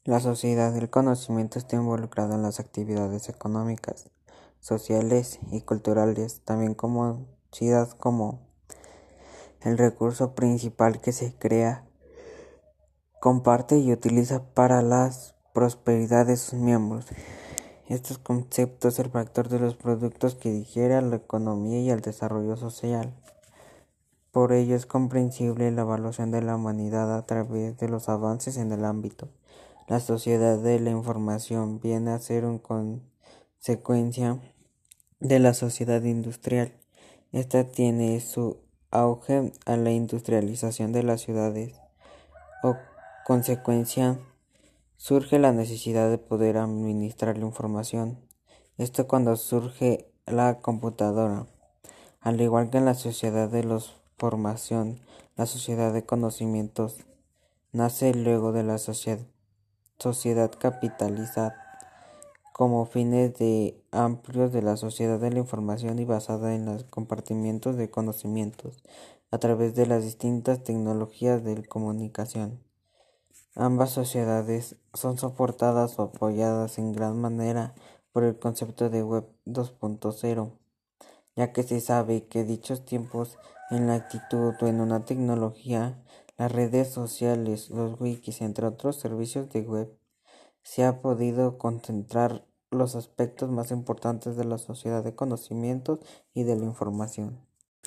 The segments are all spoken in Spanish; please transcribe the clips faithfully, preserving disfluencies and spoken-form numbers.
La sociedad del conocimiento está involucrada en las actividades económicas, sociales y culturales, también conocidas como el recurso principal que se crea, comparte y utiliza para la prosperidad de sus miembros. Estos conceptos el factor de los productos que digiere a la economía y al desarrollo social. Por ello es comprensible la evaluación de la humanidad a través de los avances en el ámbito. La sociedad de la información viene a ser una consecuencia de la sociedad industrial. Esta tiene su auge a la industrialización de las ciudades. O consecuencia, surge la necesidad de poder administrar la información. Esto cuando surge la computadora. Al igual que en la sociedad de la formación, la sociedad de conocimientos nace luego de la sociedad sociedad capitalista como fines de amplios de la sociedad de la información y basada en los compartimientos de conocimientos a través de las distintas tecnologías de comunicación. Ambas sociedades son soportadas o apoyadas en gran manera por el concepto de Web dos punto cero, ya que se sabe que dichos tiempos en la actitud o en una tecnología, las redes sociales, los wikis, entre otros servicios de web, se ha podido concentrar los aspectos más importantes de la sociedad de conocimientos y de la información.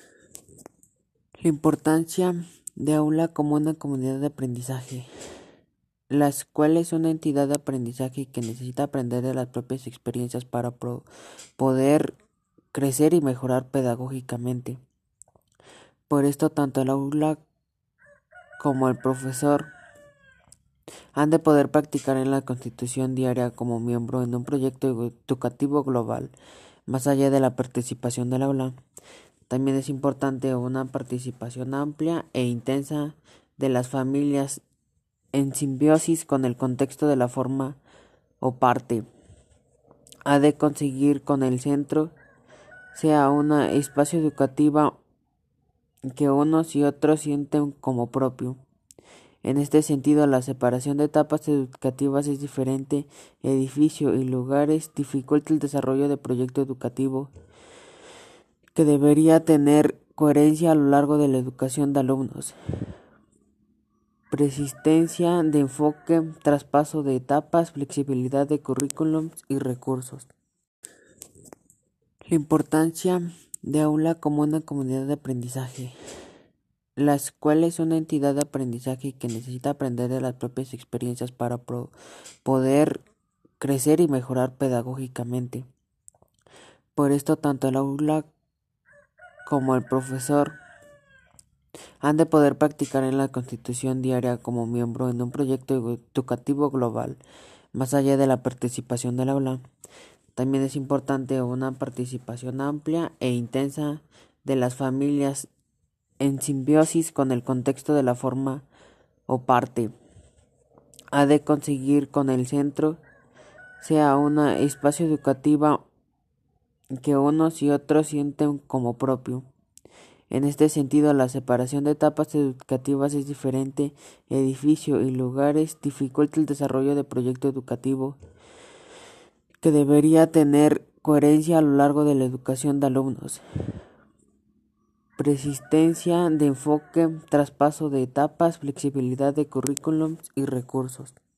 La importancia de aula como una comunidad de aprendizaje. La escuela es una entidad de aprendizaje que necesita aprender de las propias experiencias para pro- poder crecer y mejorar pedagógicamente. Por esto, tanto el aula como el profesor han de poder practicar en la constitución diaria como miembro en un proyecto educativo global. Más allá de la participación del aula, también es importante una participación amplia e intensa de las familias en simbiosis con el contexto de la forma o parte. Ha de conseguir con el centro sea una espacio educativa que unos y otros sienten como propio. En este sentido, la separación de etapas educativas es diferente. Edificio y lugares dificulta el desarrollo de proyecto educativo que debería tener coherencia a lo largo de la educación de alumnos. Persistencia de enfoque, traspaso de etapas, flexibilidad de currículums y recursos. La importancia de aula como una comunidad de aprendizaje. La escuela es una entidad de aprendizaje que necesita aprender de las propias experiencias para pro- poder crecer y mejorar pedagógicamente. Por esto, tanto el aula como el profesor han de poder practicar en la constitución diaria como miembro en un proyecto educativo global. Más allá de la participación del aula, también es importante una participación amplia e intensa de las familias en simbiosis con el contexto de la forma o parte. Ha de conseguir con el centro sea una espacio educativa que unos y otros sienten como propio. En este sentido, la separación de etapas educativas es diferente. Edificio y lugares dificulta el desarrollo de proyecto educativo que debería tener coherencia a lo largo de la educación de alumnos. Persistencia de enfoque, traspaso de etapas, flexibilidad de currículums y recursos.